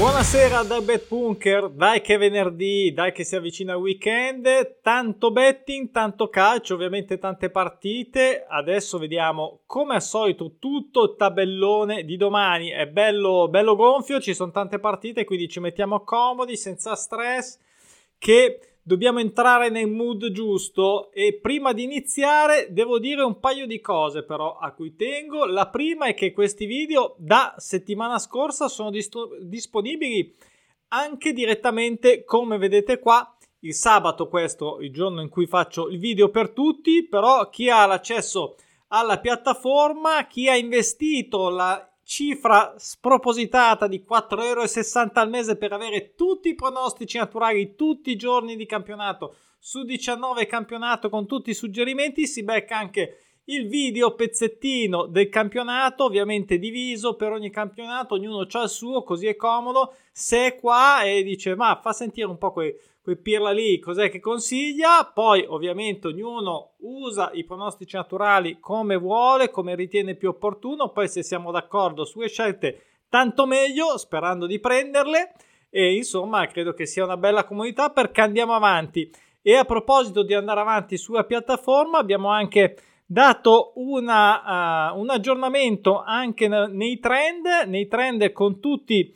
Buonasera dal Bet Bunker, dai che è venerdì, dai che si avvicina il weekend, tanto betting, tanto calcio, ovviamente tante partite. Adesso vediamo come al solito tutto il tabellone di domani, è bello gonfio, ci sono tante partite, quindi ci mettiamo comodi, senza stress, che dobbiamo entrare nel mood giusto. E prima di iniziare devo dire un paio di cose però a cui tengo. La prima è che questi video da settimana scorsa sono disponibili anche direttamente, come vedete qua, il sabato, questo il giorno in cui faccio il video per tutti. Però chi ha l'accesso alla piattaforma, chi ha investito la cifra spropositata di 4,60 € al mese per avere tutti i pronostici naturali tutti i giorni di campionato su 19 campionato con tutti i suggerimenti, si becca anche il video pezzettino del campionato, ovviamente diviso per ogni campionato, ognuno c'ha il suo, così è comodo. Se è qua e dice ma fa sentire un po' quei pirla lì, cos'è che consiglia? Poi ovviamente ognuno usa i pronostici naturali come vuole, come ritiene più opportuno. Poi se siamo d'accordo sulle scelte tanto meglio, sperando di prenderle. E insomma credo che sia una bella comunità perché andiamo avanti. E a proposito di andare avanti sulla piattaforma, abbiamo anche dato un aggiornamento anche nei trend con tutte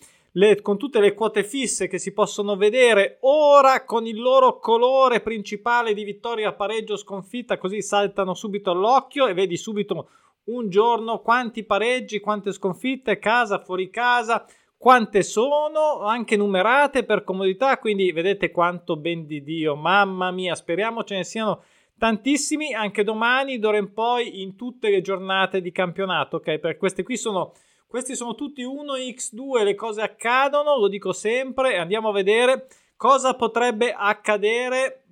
le quote fisse che si possono vedere ora con il loro colore principale di vittoria, pareggio, sconfitta, così saltano subito all'occhio e vedi subito un giorno quanti pareggi, quante sconfitte, casa, fuori casa, quante sono, anche numerate per comodità, quindi vedete quanto ben di Dio, mamma mia, speriamo ce ne siano tantissimi anche domani, d'ora in poi, in tutte le giornate di campionato, ok? Per questi sono tutti 1x2, le cose accadono, lo dico sempre, andiamo a vedere cosa potrebbe accadere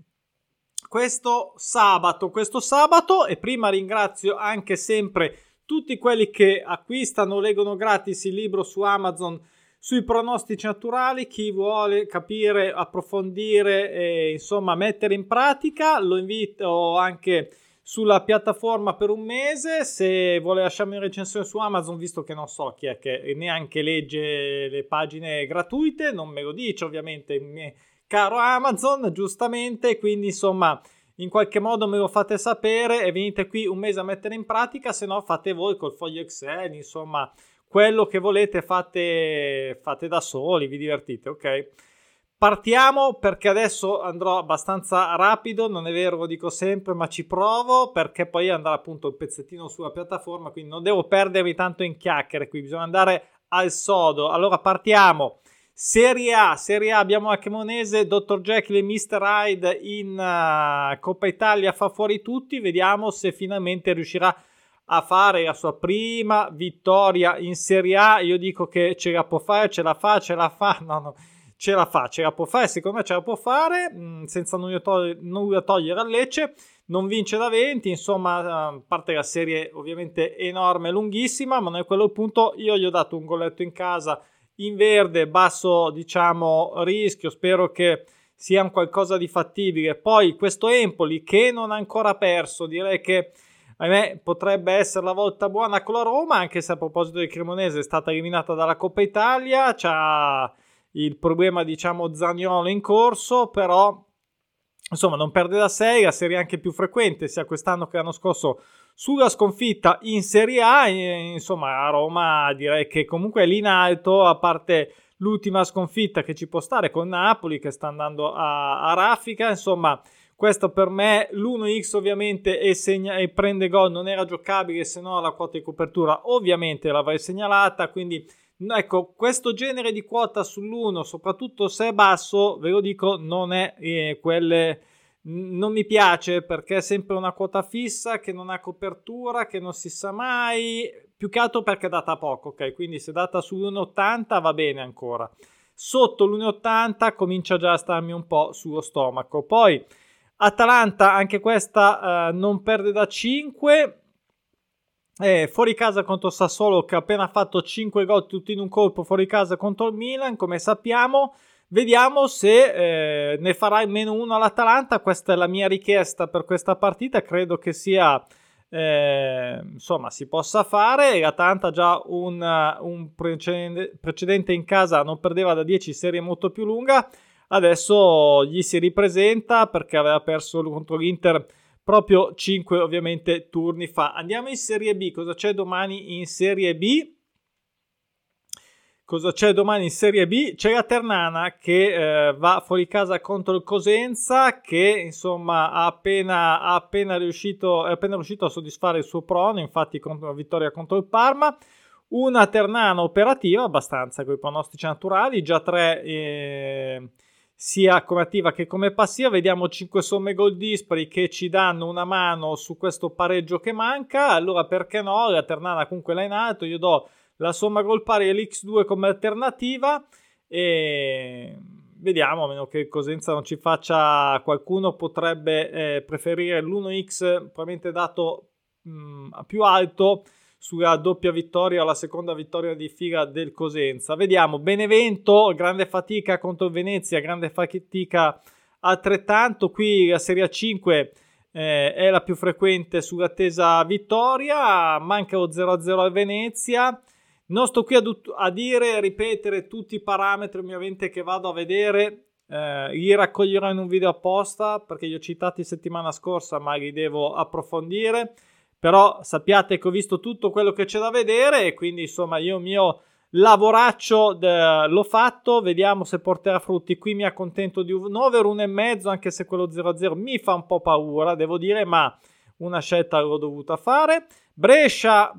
questo sabato. E prima ringrazio anche sempre tutti quelli che acquistano o leggono gratis il libro su Amazon sui pronostici naturali. Chi vuole capire, approfondire e insomma mettere in pratica, lo invito anche sulla piattaforma per un mese. Se vuole lasciarmi una recensione su Amazon, visto che non so chi è che neanche legge le pagine gratuite, non me lo dice ovviamente il mio caro Amazon, giustamente, quindi insomma in qualche modo me lo fate sapere e venite qui un mese a mettere in pratica, se no fate voi col foglio Excel, insomma quello che volete fate da soli, vi divertite, ok? Partiamo perché adesso andrò abbastanza rapido, non è vero, lo dico sempre, ma ci provo perché poi andrà appunto il pezzettino sulla piattaforma, quindi non devo perdermi tanto in chiacchiere qui, bisogna andare al sodo. Allora partiamo. Serie A, abbiamo la Cremonese, Dr. Jekyll e Mr. Hyde in Coppa Italia, fa fuori tutti, vediamo se finalmente riuscirà a fare la sua prima vittoria in Serie A. Io dico che ce la può fare, ce la fa, ce la può fare, secondo me ce la può fare, senza nulla togliere al Lecce. Non vince da 20, insomma, a parte la serie ovviamente enorme, lunghissima, ma non è quello il punto. Io gli ho dato un golletto in casa in verde, basso diciamo rischio, spero che sia un qualcosa di fattibile. Poi questo Empoli che non ha ancora perso, direi che a me potrebbe essere la volta buona con la Roma, anche se a proposito di Cremonese è stata eliminata dalla Coppa Italia, c'ha il problema diciamo Zaniolo in corso, però insomma non perde da 6, la serie anche più frequente sia quest'anno che l'anno scorso sulla sconfitta in Serie A. Insomma a Roma direi che comunque è lì in alto, a parte l'ultima sconfitta che ci può stare con Napoli che sta andando a raffica. Insomma questo per me l'1x ovviamente e prende gol non era giocabile, se no la quota di copertura ovviamente l'avrei segnalata, quindi ecco, questo genere di quota sull'1, soprattutto se è basso, ve lo dico, non è non mi piace, perché è sempre una quota fissa che non ha copertura, che non si sa mai, più che altro perché è data poco, ok? Quindi se è data sull'1,80 va bene ancora. Sotto l'1,80 comincia già a starmi un po' sullo stomaco. Poi Atalanta, anche questa non perde da 5, fuori casa contro Sassuolo che ha appena fatto 5 gol tutti in un colpo fuori casa contro il Milan, come sappiamo. Vediamo se ne farà almeno uno all'Atalanta. Questa è la mia richiesta per questa partita, credo che sia insomma si possa fare. L'Atalanta già un precedente in casa non perdeva da 10, serie molto più lunga, adesso gli si ripresenta perché aveva perso contro l'Inter proprio 5 ovviamente turni fa. Andiamo in Serie B. Cosa c'è domani in Serie B? C'è la Ternana che va fuori casa contro il Cosenza, che insomma è appena riuscito a soddisfare il suo prono, infatti contro la vittoria contro il Parma. Una Ternana operativa abbastanza con i pronostici naturali, già 3 sia come attiva che come passiva. Vediamo 5 somme gol dispari che ci danno una mano su questo pareggio che manca. Allora perché no? La Ternana comunque l'ha in alto, io do la somma gol pari e l'X2 come alternativa e vediamo, a meno che Cosenza non ci faccia, qualcuno potrebbe preferire l'1X probabilmente dato più alto sulla doppia vittoria o la seconda vittoria di fila del Cosenza. Vediamo Benevento, grande fatica contro il Venezia, grande fatica altrettanto. Qui la Serie A5 è la più frequente sull'attesa vittoria, manca lo 0-0 al Venezia. Non sto qui a ripetere tutti i parametri ovviamente che vado a vedere, li raccoglierò in un video apposta perché li ho citati settimana scorsa ma li devo approfondire, però sappiate che ho visto tutto quello che c'è da vedere e quindi insomma io il mio lavoraccio l'ho fatto, vediamo se porterà frutti. Qui mi accontento di un over 1,5, anche se quello 0-0 mi fa un po' paura, devo dire, ma una scelta l'ho dovuta fare. Brescia,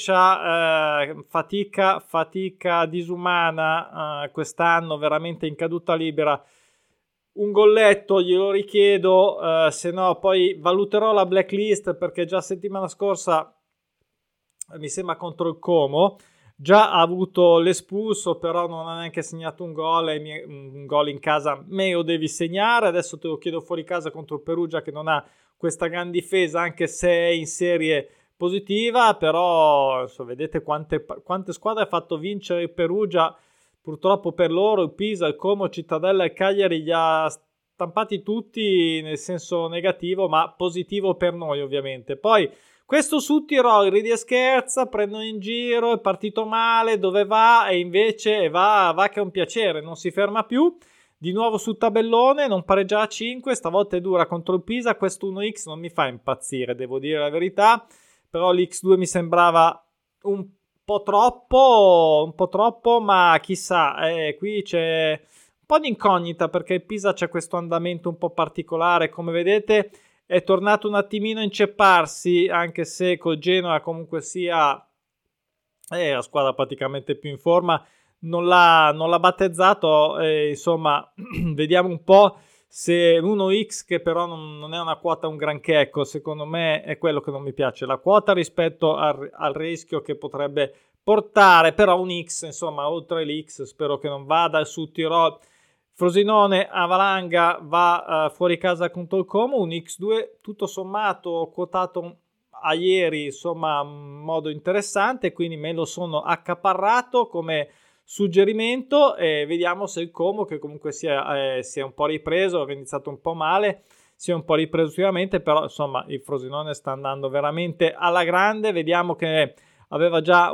fatica disumana quest'anno, veramente in caduta libera. Un golletto glielo richiedo, se no poi valuterò la blacklist perché già settimana scorsa mi sembra contro il Como già ha avuto l'espulso, però non ha neanche segnato un gol e un gol in casa me lo devi segnare. Adesso te lo chiedo fuori casa contro il Perugia che non ha questa gran difesa anche se è in serie positiva, però insomma, vedete quante squadre ha fatto vincere il Perugia. Purtroppo per loro il Pisa, il Como, Cittadella e Cagliari li ha stampati tutti nel senso negativo, ma positivo per noi ovviamente. Poi questo su Tirol ride e scherza, prendono in giro, è partito male, dove va? E invece va che è un piacere, non si ferma più. Di nuovo sul tabellone, non pareggia a 5, stavolta è dura contro il Pisa. Questo 1x non mi fa impazzire, devo dire la verità, però l'X2 mi sembrava un po' troppo, ma chissà, qui c'è un po' di incognita perché il Pisa c'è questo andamento un po' particolare, come vedete è tornato un attimino a incepparsi, anche se col Genoa comunque sia la squadra praticamente più in forma, non l'ha battezzato, insomma vediamo un po' se 1x, che però non è una quota un granché, ecco, secondo me è quello che non mi piace, la quota rispetto al rischio che potrebbe portare, però un x, insomma, oltre l'x spero che non vada su Tirol. Frosinone a Valanga va fuori casa contro il Como, un x2 tutto sommato quotato a ieri, insomma, in modo interessante, quindi me lo sono accaparrato come suggerimento e vediamo se il Como, che comunque si è un po' ripreso, aveva iniziato un po' male, si è un po' ripreso ultimamente, però insomma il Frosinone sta andando veramente alla grande. Vediamo che aveva già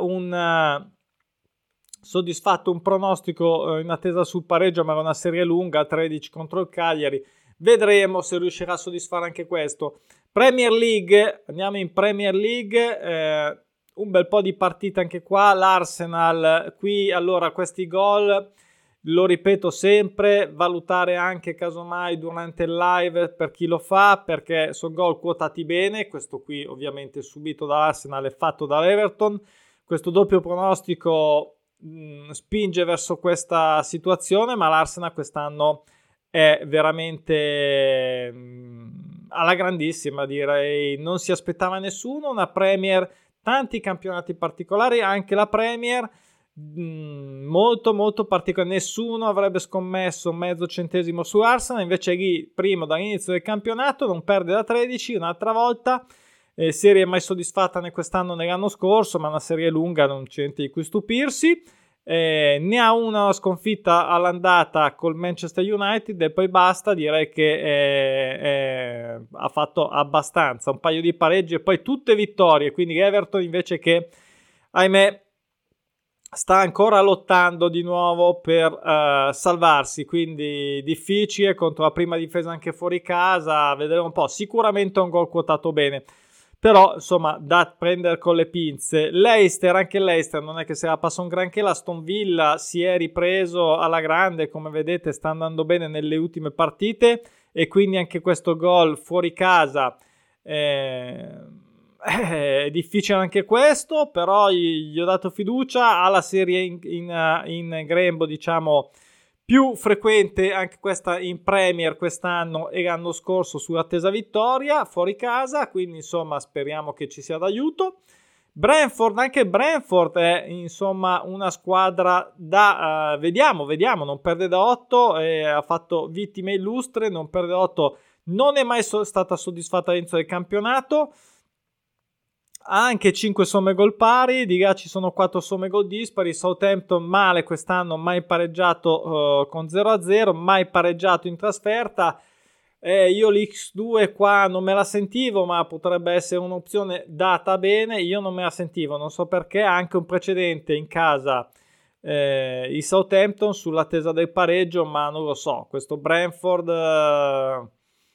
soddisfatto un pronostico in attesa sul pareggio, ma era una serie lunga, 13 contro il Cagliari. Vedremo se riuscirà a soddisfare anche questo. Premier League, andiamo in Premier League, un bel po' di partite anche qua. L'Arsenal, qui allora questi gol, lo ripeto sempre, valutare anche casomai durante il live per chi lo fa, perché sono gol quotati bene. Questo qui ovviamente subito dall'Arsenal è fatto dall'Everton. Questo doppio pronostico spinge verso questa situazione, ma l'Arsenal quest'anno è veramente alla grandissima, direi. Non si aspettava nessuno una Premier, tanti campionati particolari, anche la Premier molto molto particolare. Nessuno avrebbe scommesso mezzo centesimo su Arsenal, invece lì primo dall'inizio del campionato, non perde da 13 un'altra volta. Serie mai soddisfatta né quest'anno né l'anno scorso, ma una serie lunga, non c'è niente di cui stupirsi. Ne ha una sconfitta all'andata col Manchester United e poi basta. Direi che ha fatto abbastanza, un paio di pareggi e poi tutte vittorie, quindi Everton invece che, ahimè, sta ancora lottando di nuovo per salvarsi, quindi difficile contro la prima difesa anche fuori casa. Vedremo un po', sicuramente un gol quotato bene, però insomma da prendere con le pinze. Anche Leicester non è che se la passa un granché. L'Aston Villa si è ripreso alla grande, come vedete sta andando bene nelle ultime partite, e quindi anche questo gol fuori casa è difficile anche questo, però gli ho dato fiducia alla serie in grembo, diciamo più frequente anche questa in Premier quest'anno e l'anno scorso sull'attesa vittoria fuori casa, quindi insomma speriamo che ci sia d'aiuto. Anche Brentford è insomma una squadra da vediamo, non perde da 8, ha fatto vittime illustre, non perde da 8, non è mai stata soddisfatta all'inizio del campionato. Ha anche 5 somme gol pari, di là ci sono 4 somme gol dispari. Southampton male quest'anno, mai pareggiato con 0-0, mai pareggiato in trasferta. Io l'X2 qua non me la sentivo, ma potrebbe essere un'opzione data bene. Io non me la sentivo, non so perché. Ha anche un precedente in casa il Southampton sull'attesa del pareggio, ma non lo so. Questo Brentford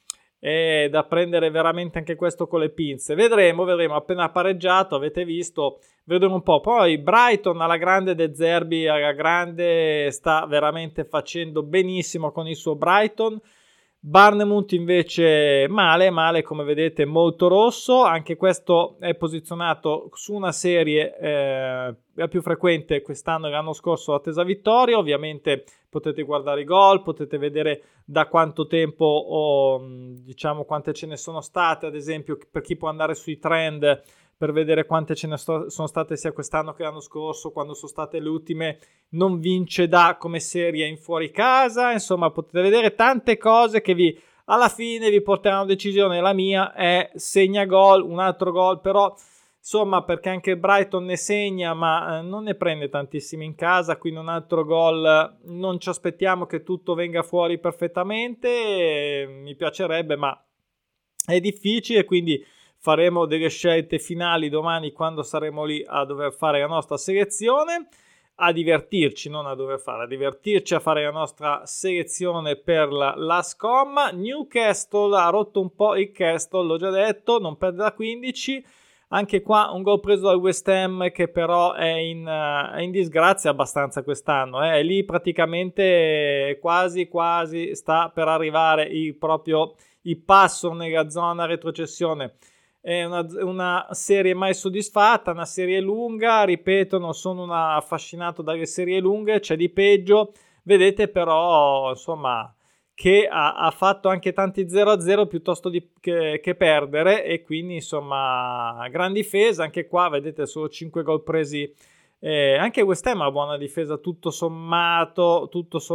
è da prendere veramente anche questo con le pinze. Vedremo, appena pareggiato, avete visto, vedremo un po'. Poi Brighton alla grande, De Zerbi alla grande, sta veramente facendo benissimo con il suo Brighton. Bournemouth invece male, come vedete molto rosso. Anche questo è posizionato su una serie la più frequente quest'anno e l'anno scorso l'attesa vittoria. Ovviamente potete guardare i gol, potete vedere da quanto tempo diciamo quante ce ne sono state, ad esempio per chi può andare sui trend per vedere quante ce ne sono state sia quest'anno che l'anno scorso, quando sono state le ultime non vince da come serie in fuori casa. Insomma potete vedere tante cose che alla fine vi porteranno a decisione. La mia è segna gol, un altro gol, però insomma perché anche il Brighton ne segna ma non ne prende tantissimi in casa, quindi un altro gol non ci aspettiamo che tutto venga fuori perfettamente. Mi piacerebbe ma è difficile, quindi faremo delle scelte finali domani quando saremo lì a dover fare la nostra selezione, a divertirci, non a dover fare, a divertirci a fare la nostra selezione per la SCOM. Newcastle ha rotto un po' il Castle, l'ho già detto, non perde da 15. Anche qua un gol preso dal West Ham che però è in disgrazia abbastanza quest'anno. È lì praticamente quasi sta per arrivare il passo nella zona retrocessione. È una serie mai soddisfatta, una serie lunga, ripeto, non sono affascinato dalle serie lunghe, c'è di peggio. Vedete però, insomma, che ha fatto anche tanti 0-0 piuttosto che perdere, e quindi, insomma, gran difesa. Anche qua, vedete, solo 5 gol presi. Anche West Ham ha buona difesa, tutto sommato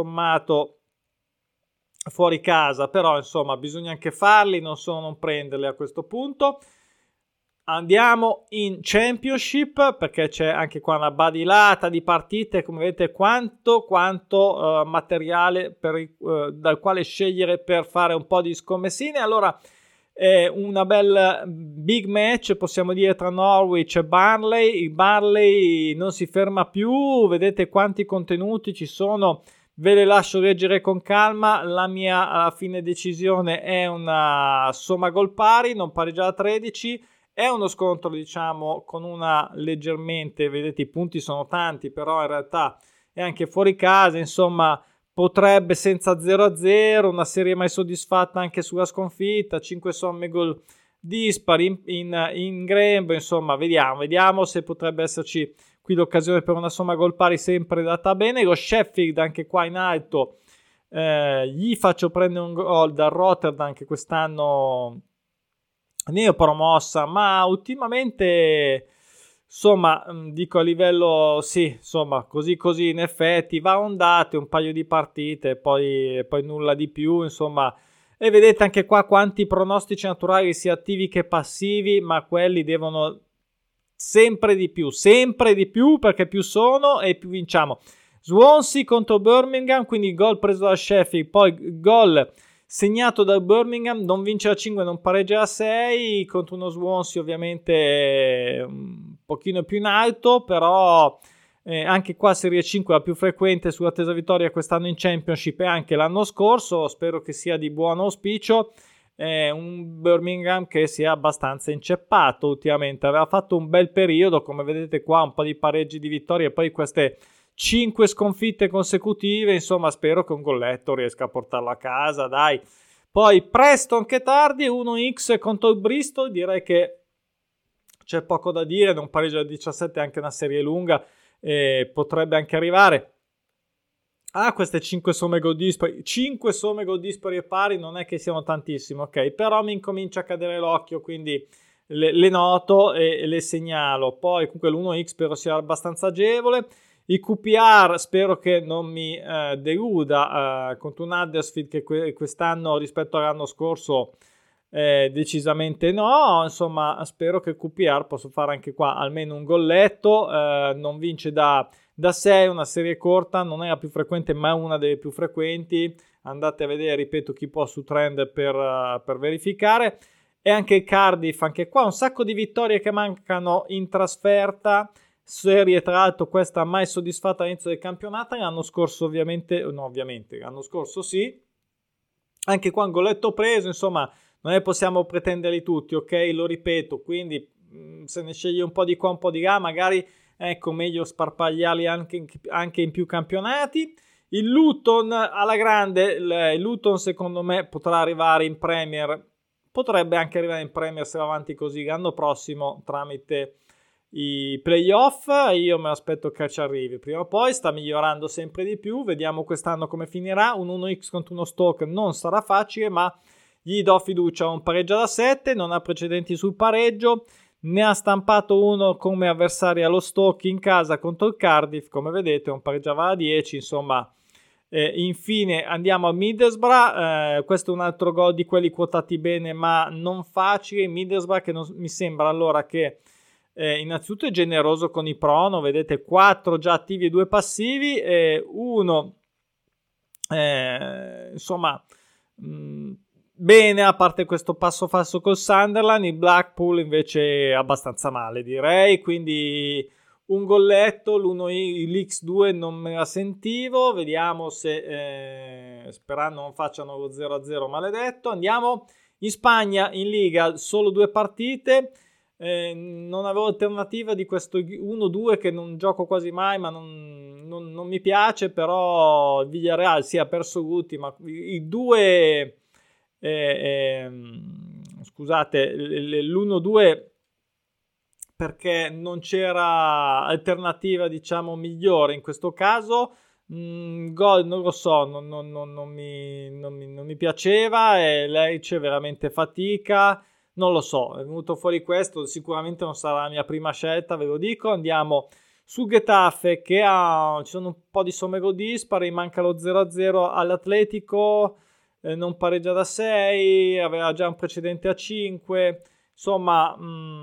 fuori casa, però insomma bisogna anche farli, non solo non prenderli a questo punto. Andiamo in Championship perché c'è anche qua una badilata di partite, come vedete quanto materiale dal quale scegliere per fare un po' di scommessine. Allora una bel big match possiamo dire tra Norwich e Burnley. Il Burnley non si ferma più, vedete quanti contenuti ci sono. Ve le lascio leggere con calma. La mia alla fine decisione è una somma gol pari, non pareggia da 13. È uno scontro, diciamo, con una leggermente, vedete i punti sono tanti, però in realtà è anche fuori casa, insomma potrebbe senza 0-0, una serie mai soddisfatta anche sulla sconfitta, 5 somme gol dispari in grembo, insomma vediamo se potrebbe esserci qui l'occasione per una somma gol pari sempre data bene. Lo Sheffield anche qua in alto, gli faccio prendere un gol dal Rotterdam che quest'anno ne ho promossa, ma ultimamente insomma dico a livello sì, insomma così in effetti va a ondate, un paio di partite, poi nulla di più, insomma. E vedete anche qua quanti pronostici naturali sia attivi che passivi, ma quelli devono sempre di più, perché più sono e più vinciamo. Swansea contro Birmingham, quindi gol preso da Sheffield, poi gol segnato da Birmingham, non vince a 5, non pareggia a 6, contro uno Swansea ovviamente un pochino più in alto, però anche qua Serie 5 la più frequente sull'attesa vittoria quest'anno in Championship e anche l'anno scorso, spero che sia di buon auspicio. Un Birmingham che si è abbastanza inceppato ultimamente, aveva fatto un bel periodo, come vedete qua un po' di pareggi di vittorie e poi queste 5 sconfitte consecutive, insomma spero che un golletto riesca a portarlo a casa, dai. Poi Preston che tardi, 1x contro il Bristol, direi che c'è poco da dire, non pareggia a 17, anche una serie lunga, potrebbe anche arrivare. Queste 5 somme gol dispari, 5 somme gol dispari e pari non è che siano tantissime, ok? Però mi incomincia a cadere l'occhio, quindi le noto e le segnalo. Poi comunque l'1x spero sia abbastanza agevole. I QPR spero che non mi deluda contro un Huddersfield che quest'anno rispetto all'anno scorso decisamente no. Insomma spero che il QPR possa fare anche qua almeno un golletto. Non vince da 6, una serie corta, non è la più frequente ma è una delle più frequenti. Andate a vedere, ripeto, chi può su Trend per verificare. E anche il Cardiff, anche qua un sacco di vittorie che mancano in trasferta, serie tra l'altro questa mai soddisfatta all'inizio del campionato. L'anno scorso l'anno scorso sì, anche qua un golletto preso, insomma non ne possiamo pretenderli tutti, ok, lo ripeto, quindi se ne sceglie un po' di qua un po' di là, magari ecco meglio sparpagliarli anche in più campionati. Il Luton alla grande, il Luton secondo me potrà arrivare in Premier, potrebbe anche arrivare in Premier se va avanti così l'anno prossimo tramite i playoff. Io me aspetto che ci arrivi prima o poi, sta migliorando sempre di più, vediamo quest'anno come finirà. Un 1x contro uno Stoke non sarà facile, ma gli do fiducia. Un pareggio da 7, non ha precedenti sul pareggio, ne ha stampato uno come avversario allo Stoke in casa contro il Cardiff, come vedete un pareggiava da 10, insomma. Infine andiamo a Middlesbrough, questo è un altro gol di quelli quotati bene ma non facile. Middlesbrough che mi sembra allora che innanzitutto è generoso con i prono, vedete 4 già attivi e 2 passivi, uno insomma bene, a parte questo passo falso col Sunderland. Il Blackpool invece è abbastanza male direi, quindi un golletto. L'X2 non me la sentivo, vediamo se sperando non facciano lo 0-0 maledetto. Andiamo in Spagna, in Liga solo 2 partite. Non avevo alternativa di questo 1-2 che non gioco quasi mai, ma non mi piace. Però il Villarreal si è perso l'ultima, i due scusate, l'1-2 perché non c'era alternativa diciamo migliore in questo caso. Gol non lo so, non mi piaceva e lei c'è veramente fatica. Non lo so, è venuto fuori questo, sicuramente non sarà la mia prima scelta, ve lo dico. Andiamo su Getafe che ci sono un po' di somme gol dispari, manca lo 0-0 all'Atletico, non pareggia da 6, aveva già un precedente a 5, insomma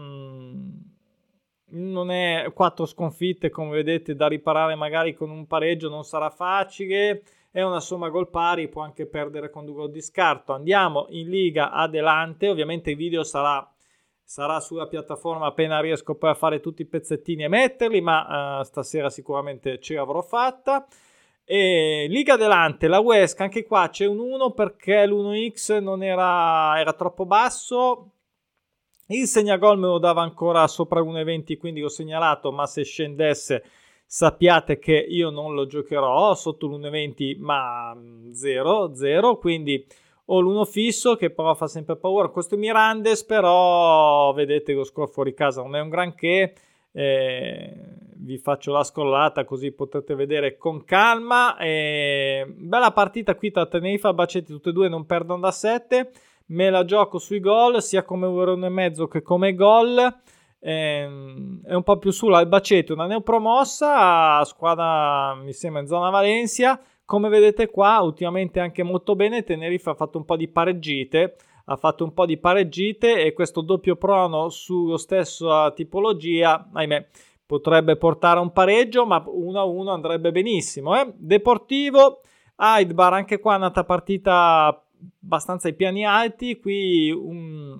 non è 4 sconfitte come vedete da riparare, magari con un pareggio non sarà facile. È una somma gol pari, può anche perdere con 2 gol di scarto. Andiamo in Liga Adelante, ovviamente il video sarà sulla piattaforma appena riesco poi a fare tutti i pezzettini e metterli, ma stasera sicuramente ce l'avrò fatta. E Liga Adelante, la Huesca, anche qua c'è un 1 perché l'1x non era troppo basso. Il segnagol me lo dava ancora sopra 1,20, quindi l'ho segnalato, ma se scendesse sappiate che io non lo giocherò sotto l'1,20, ma 0, quindi ho l'1 fisso che però fa sempre paura. Questo Mirandes, però vedete lo score fuori casa non è un granché, vi faccio la scollata così potete vedere con calma. Bella partita qui tra Tenerife e Albacete, tutte e due non perdono da 7. Me la gioco sui gol sia come 1,5 che come gol. È un po' più sulla Albacete, una neopromossa squadra mi sembra in zona Valencia, come vedete qua ultimamente anche molto bene. Tenerife ha fatto un po' di pareggite, ha fatto un po' di pareggite e questo doppio prono sullo stesso tipologia, ahimè, potrebbe portare a un pareggio, ma 1-1 andrebbe benissimo. Deportivo, Aidbar, anche qua è un'altra partita abbastanza ai piani alti, qui un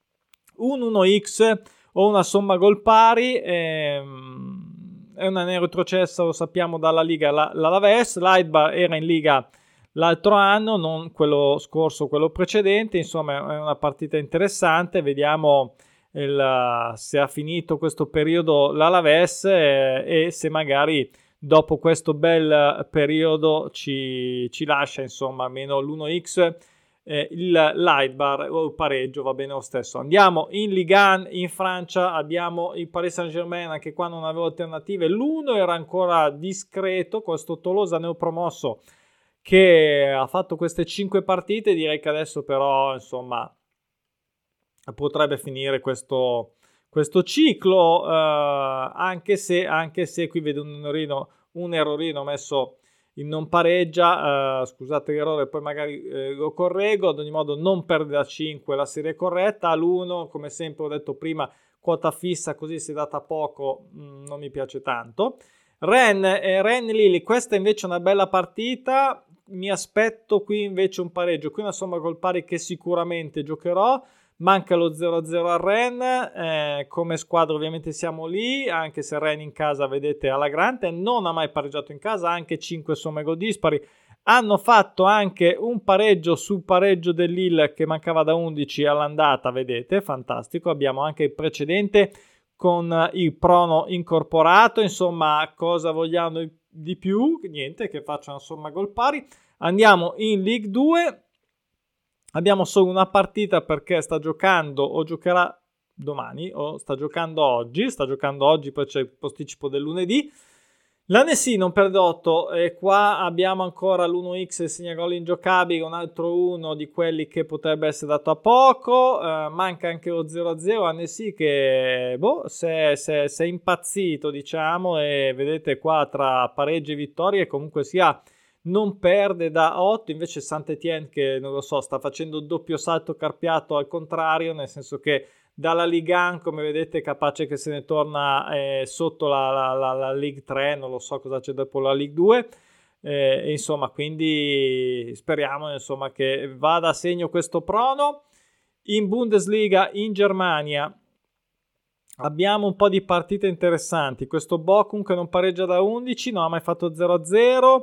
1x o una somma gol pari, è una retrocessa, lo sappiamo, dalla Liga l'Alaves. L'Aidbar era in Liga l'altro anno, non quello scorso, quello precedente, insomma è una partita interessante, vediamo se ha finito questo periodo l'Alaves e se magari dopo questo bel periodo ci lascia insomma almeno l'1x, l'Aidbar o il pareggio va bene lo stesso. Andiamo in Ligue 1 in Francia, abbiamo il Paris Saint-Germain, anche qua non avevo alternative, l'1 era ancora discreto, questo Tolosa neopromosso che ha fatto queste 5 partite, direi che adesso però insomma potrebbe finire questo ciclo, anche se qui vedo un errorino messo in non pareggia, scusate l'errore, poi magari lo correggo. Ad ogni modo non perde da 5 la serie corretta, all'1 come sempre ho detto prima quota fissa, così si è data poco, non mi piace tanto. Rennes Lille, questa invece è una bella partita, mi aspetto qui invece un pareggio, qui una somma col pari che sicuramente giocherò. Manca lo 0-0 a Rennes, come squadra ovviamente siamo lì, anche se Rennes in casa vedete alla grande, non ha mai pareggiato in casa, anche 5 somme gol dispari. Hanno fatto anche un pareggio sul pareggio del Lille che mancava da 11 all'andata, vedete, fantastico. Abbiamo anche il precedente con il prono incorporato, insomma cosa vogliamo di più? Niente, che facciano somma gol pari. Andiamo in Ligue 2. Abbiamo solo una partita perché sta giocando o giocherà domani o sta giocando oggi, poi c'è il posticipo del lunedì. L'Annecy non perde 8 e qua abbiamo ancora l'1x e segna gol ingiocabile, un altro uno di quelli che potrebbe essere dato a poco. Manca anche lo 0-0, Annecy che se è impazzito diciamo, e vedete qua tra pareggi e vittorie comunque sia non perde da 8, invece Saint-Étienne che non lo so sta facendo il doppio salto carpiato al contrario, nel senso che dalla Ligue 1 come vedete è capace che se ne torna sotto la Ligue 3, non lo so cosa c'è dopo la Ligue 2, insomma quindi speriamo insomma che vada a segno questo prono. In Bundesliga in Germania abbiamo un po' di partite interessanti, questo Bochum che non pareggia da 11, non ha mai fatto 0-0.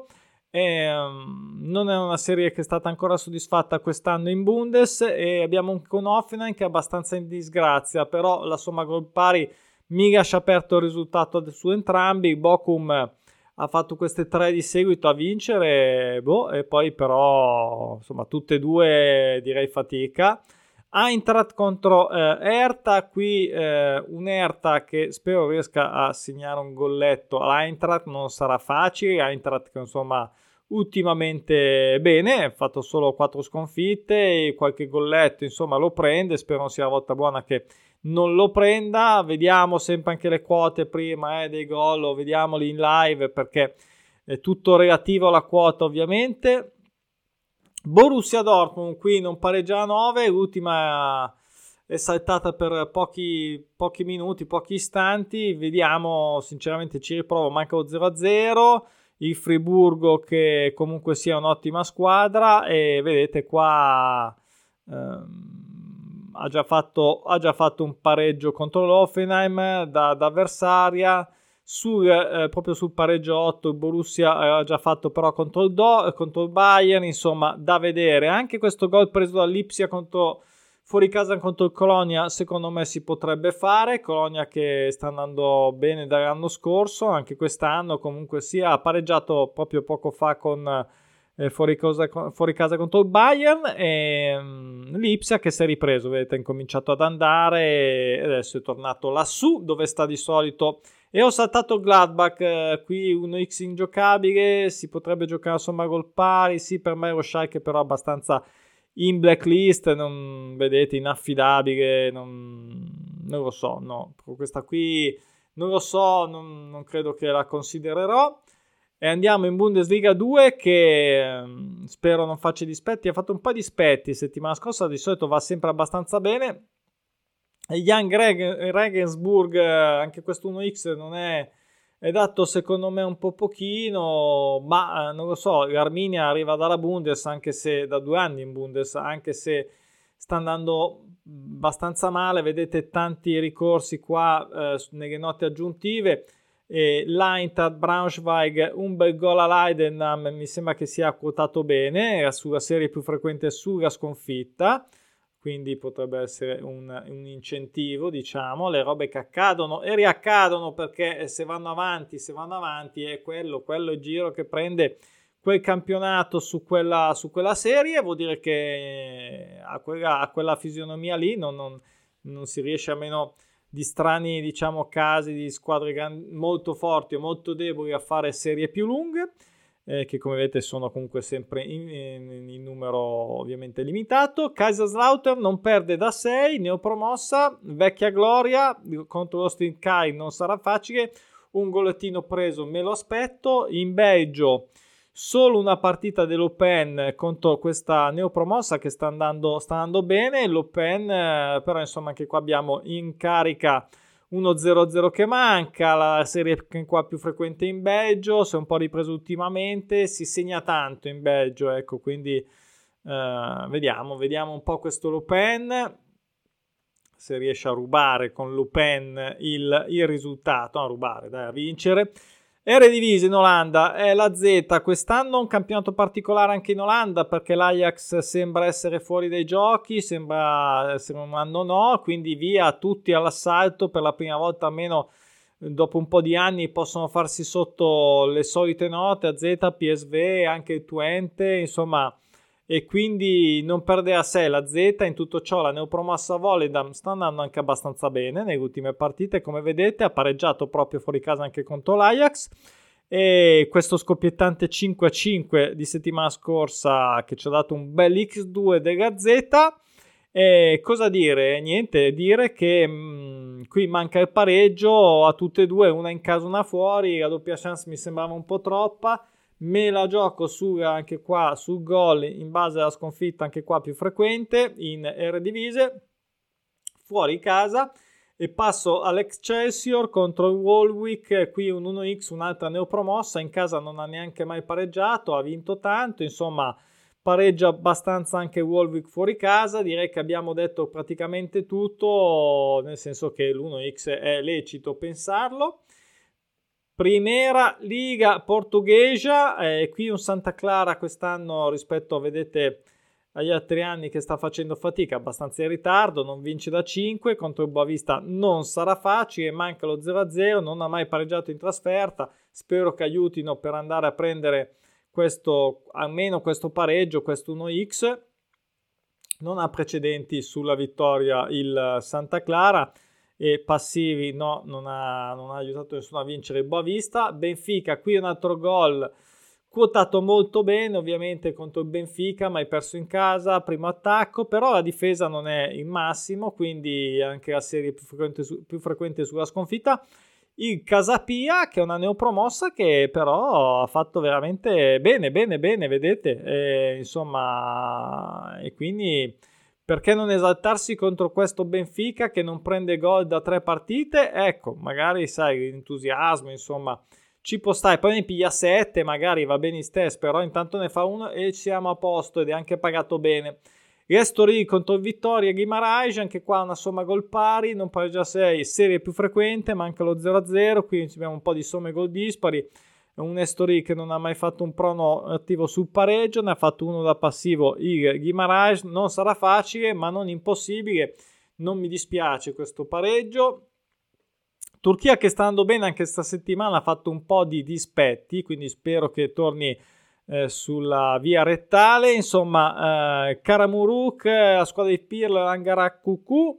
Non è una serie che è stata ancora soddisfatta quest'anno in Bundes, e abbiamo un Hoffenheim che è abbastanza in disgrazia, però la somma gol pari mi lascia aperto il risultato su entrambi. Bochum ha fatto queste 3 di seguito a vincere, e poi però insomma tutte e due direi fatica. Eintracht contro Hertha, qui un Hertha che spero riesca a segnare un golletto all'Eintracht, non sarà facile. Eintracht che insomma ultimamente bene, ha fatto solo 4 sconfitte e qualche golletto insomma lo prende, spero non sia la volta buona che non lo prenda. Vediamo sempre anche le quote prima dei gol, vediamoli in live perché è tutto relativo alla quota ovviamente. Borussia Dortmund qui non pareggia a 9, l'ultima è saltata per pochi minuti, pochi istanti, vediamo, sinceramente ci riprovo, manca lo 0-0, il Friburgo che comunque sia un'ottima squadra e vedete qua ha già fatto un pareggio contro l'Hoffenheim da avversaria. Proprio sul pareggio 8 il Borussia aveva già fatto però contro il Bayern, insomma da vedere. Anche questo gol preso dall'Ipsia fuori casa contro il Colonia secondo me si potrebbe fare. Colonia che sta andando bene dall'anno scorso, anche quest'anno comunque sia ha pareggiato proprio poco fa con fuori casa contro il Bayern, e l'Ipsia che si è ripreso, vedete, ha incominciato ad andare e adesso è tornato lassù dove sta di solito. E ho saltato Gladbach, qui 1x ingiocabile, si potrebbe giocare insomma gol pari, sì per me lo Schalke però abbastanza in blacklist, non vedete, inaffidabile, non lo so, no, questa qui non lo so, non credo che la considererò. E andiamo in Bundesliga 2 che spero non faccia dispetti. Ha fatto un po' di dispetti settimana scorsa, di solito va sempre abbastanza bene. Young Regensburg, anche questo 1x non è dato secondo me un po' pochino, ma non lo so, l'Arminia arriva dalla Bundes, anche se da 2 anni in Bundes, anche se sta andando abbastanza male, vedete tanti ricorsi qua nelle note aggiuntive. L'Eintracht Braunschweig, un bel gol all'Heidenheim, mi sembra che sia quotato bene, era sulla serie più frequente sulla sconfitta, quindi potrebbe essere un incentivo, diciamo. Le robe che accadono e riaccadono, perché se vanno avanti è quello il giro che prende quel campionato su quella serie. Vuol dire che a quella fisionomia lì non si riesce, a meno di strani, diciamo, casi di squadre molto forti o molto deboli, a fare serie più lunghe, che come vedete sono comunque sempre in numero ovviamente limitato. Kaiserslautern non perde da 6, neopromossa, vecchia gloria, contro l'Austin Kai non sarà facile, un golettino preso me lo aspetto. In Belgio solo una partita dell'Open contro questa neopromossa che sta andando bene. L'Open però insomma anche qua abbiamo in carica 1-0-0 che manca, la serie qua più frequente in Belgio, si è un po' ripreso ultimamente, si segna tanto in Belgio, ecco, quindi vediamo un po' questo l'Open, se riesce a rubare con l'Open il risultato, a vincere. Eredivisie in Olanda è la Z, quest'anno un campionato particolare anche in Olanda, perché l'Ajax sembra essere fuori dai giochi, sembra essere un anno no, quindi via tutti all'assalto, per la prima volta almeno dopo un po' di anni possono farsi sotto le solite note, AZ, PSV, anche il Twente, insomma, e quindi non perde a sé la Z. In tutto ciò la neopromossa Volendam sta andando anche abbastanza bene nelle ultime partite, come vedete ha pareggiato proprio fuori casa anche contro l'Ajax, e questo scoppiettante 5-5 di settimana scorsa che ci ha dato un bel X2 della Z. E cosa dire? Niente, dire che qui manca il pareggio a tutte e due, una in casa una fuori, la doppia chance mi sembrava un po' troppa. Me la gioco anche qua sul gol in base alla sconfitta, anche qua più frequente in Eredivisie fuori casa, e passo all'Excelsior contro il Wolwick. Qui un 1x, un'altra neopromossa, in casa non ha neanche mai pareggiato, ha vinto tanto, insomma pareggia abbastanza anche Wolwick fuori casa. Direi che abbiamo detto praticamente tutto, nel senso che l'1x è lecito pensarlo. Primera Liga portoghesa, qui un Santa Clara quest'anno rispetto, vedete, agli altri anni che sta facendo fatica, abbastanza in ritardo, non vince da 5, contro il Boavista non sarà facile, manca lo 0-0, non ha mai pareggiato in trasferta, spero che aiutino per andare a prendere almeno questo pareggio, questo 1x. Non ha precedenti sulla vittoria il Santa Clara, e passivi no, non ha aiutato nessuno a vincere il Boavista. Benfica, qui un altro gol quotato molto bene ovviamente contro il Benfica, ma hai perso in casa, primo attacco, però la difesa non è il massimo, quindi anche la serie più frequente sulla sconfitta. Il Casapia, che è una neopromossa che però ha fatto veramente bene, vedete, insomma, e quindi perché non esaltarsi contro questo Benfica che non prende gol da 3 partite? Ecco, magari sai, l'entusiasmo, insomma, ci può stare. Poi ne piglia 7, magari va bene stesso, però intanto ne fa uno e siamo a posto, ed è anche pagato bene. Restori contro il Vittoria Guimarães, anche qua una somma gol pari, non pareggia 6, serie più frequente, manca lo 0-0, qui abbiamo un po' di somme gol dispari. Un Estoril che non ha mai fatto un prono attivo sul pareggio, ne ha fatto uno da passivo il Guimarães, non sarà facile ma non impossibile, non mi dispiace questo pareggio. Turchia che sta andando bene anche questa settimana, ha fatto un po' di dispetti, quindi spero che torni sulla via rettale. Insomma, Karamuruk, la squadra di Pirlo, Ankara Kuku,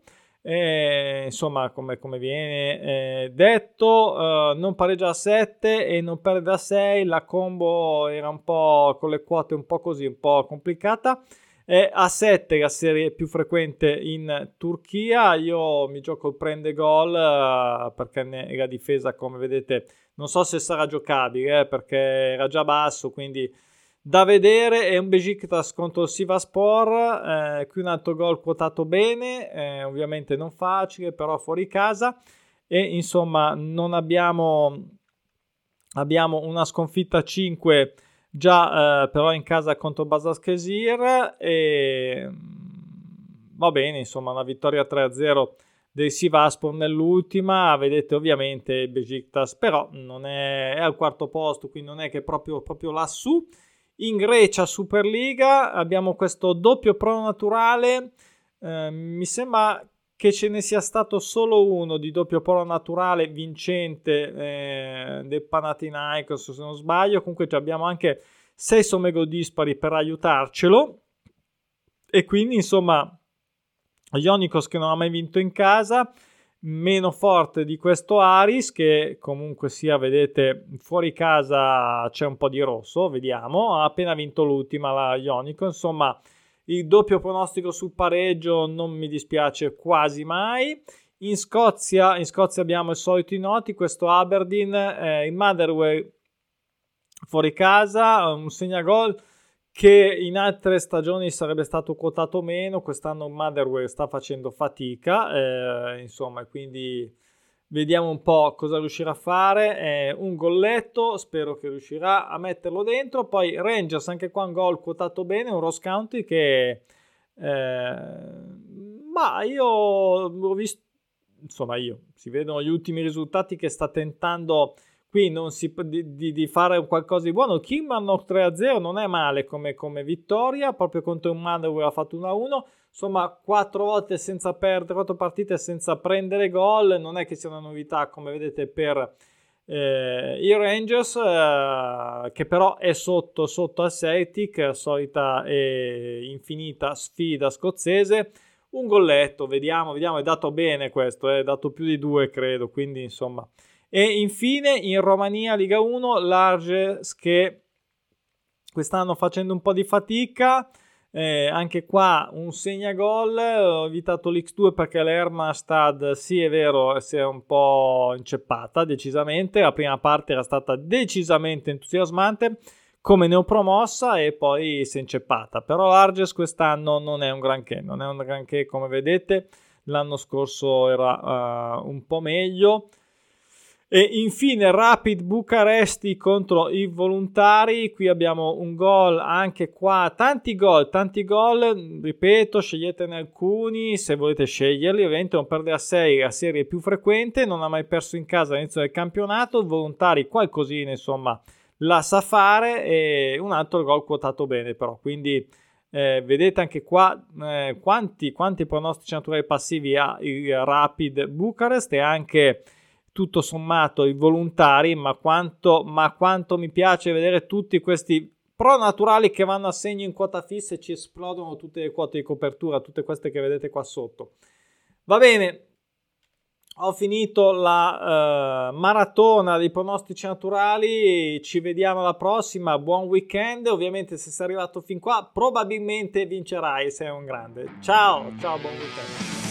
insomma, come viene detto, non pareggia a 7 e non perde a 6. La combo era un po' con le quote un po' così, un po' complicata. A 7 la serie più frequente in Turchia. Io mi gioco il prende gol perché la difesa, come vedete, non so se sarà giocabile perché era già basso, quindi da vedere. È un Beşiktaş contro il Sivasspor, qui un altro gol quotato bene, ovviamente non facile, però fuori casa, e insomma non abbiamo una sconfitta 5 già, però in casa contro Basaksehir, e va bene, insomma una vittoria 3-0 del Sivasspor nell'ultima. Vedete ovviamente il Beşiktaş però non è al quarto posto, quindi non è che proprio lassù. In Grecia Superliga abbiamo questo doppio pronaturale, mi sembra che ce ne sia stato solo uno di doppio pronaturale vincente del Panathinaikos, se non sbaglio. Comunque abbiamo anche 6 somme gol dispari per aiutarcelo, e quindi insomma Ionikos che non ha mai vinto in casa, meno forte di questo Aris che comunque sia, vedete, fuori casa c'è un po' di rosso, vediamo, ha appena vinto l'ultima la Ionikos. Insomma il doppio pronostico sul pareggio non mi dispiace quasi mai. In Scozia abbiamo i soliti noti, questo Aberdeen, il Motherwell fuori casa, un segnagol che in altre stagioni sarebbe stato quotato meno. Quest'anno Motherwell sta facendo fatica, insomma, quindi vediamo un po' cosa riuscirà a fare. Un golletto, spero che riuscirà a metterlo dentro. Poi Rangers, anche qua un gol quotato bene, un Ross County che ma io ho visto, insomma, si vedono gli ultimi risultati che sta tentando qui di fare qualcosa di buono. Kilmarnock 3-0 non è male come vittoria, proprio contro un Motherwell ha fatto 1-1. Insomma, 4 partite senza prendere gol, non è che sia una novità come vedete per i Rangers, che però è sotto al Celtic, solita e infinita sfida scozzese. Un golletto, vediamo, è dato bene questo, è dato più di 2 credo, quindi insomma. E infine in Romania Liga 1 l'Arges che quest'anno facendo un po' di fatica, anche qua un segnagol. Ho evitato l'X2 perché l'Hermannstad, sì è vero, si è un po' inceppata decisamente. La prima parte era stata decisamente entusiasmante come neopromossa e poi si è inceppata, però l'Arges quest'anno non è un granché come vedete. L'anno scorso era un po' meglio. E infine Rapid Bucaresti contro i Volontari. Qui abbiamo un gol, anche qua tanti gol, ripeto, sceglietene alcuni se volete sceglierli. Ovviamente non perde a 6, la serie più frequente, non ha mai perso in casa all'inizio del campionato. Il Volontari qualcosina insomma la sa fare, e un altro gol quotato bene però, quindi vedete anche qua quanti pronostici naturali passivi ha il Rapid Bucarest, e anche tutto sommato i Volontari, ma quanto mi piace vedere tutti questi pro naturali che vanno a segno in quota fissa e ci esplodono tutte le quote di copertura, tutte queste che vedete qua sotto. Va bene, ho finito la maratona dei pronostici naturali, ci vediamo alla prossima, buon weekend. Ovviamente se sei arrivato fin qua probabilmente vincerai, sei un grande. Ciao, buon weekend.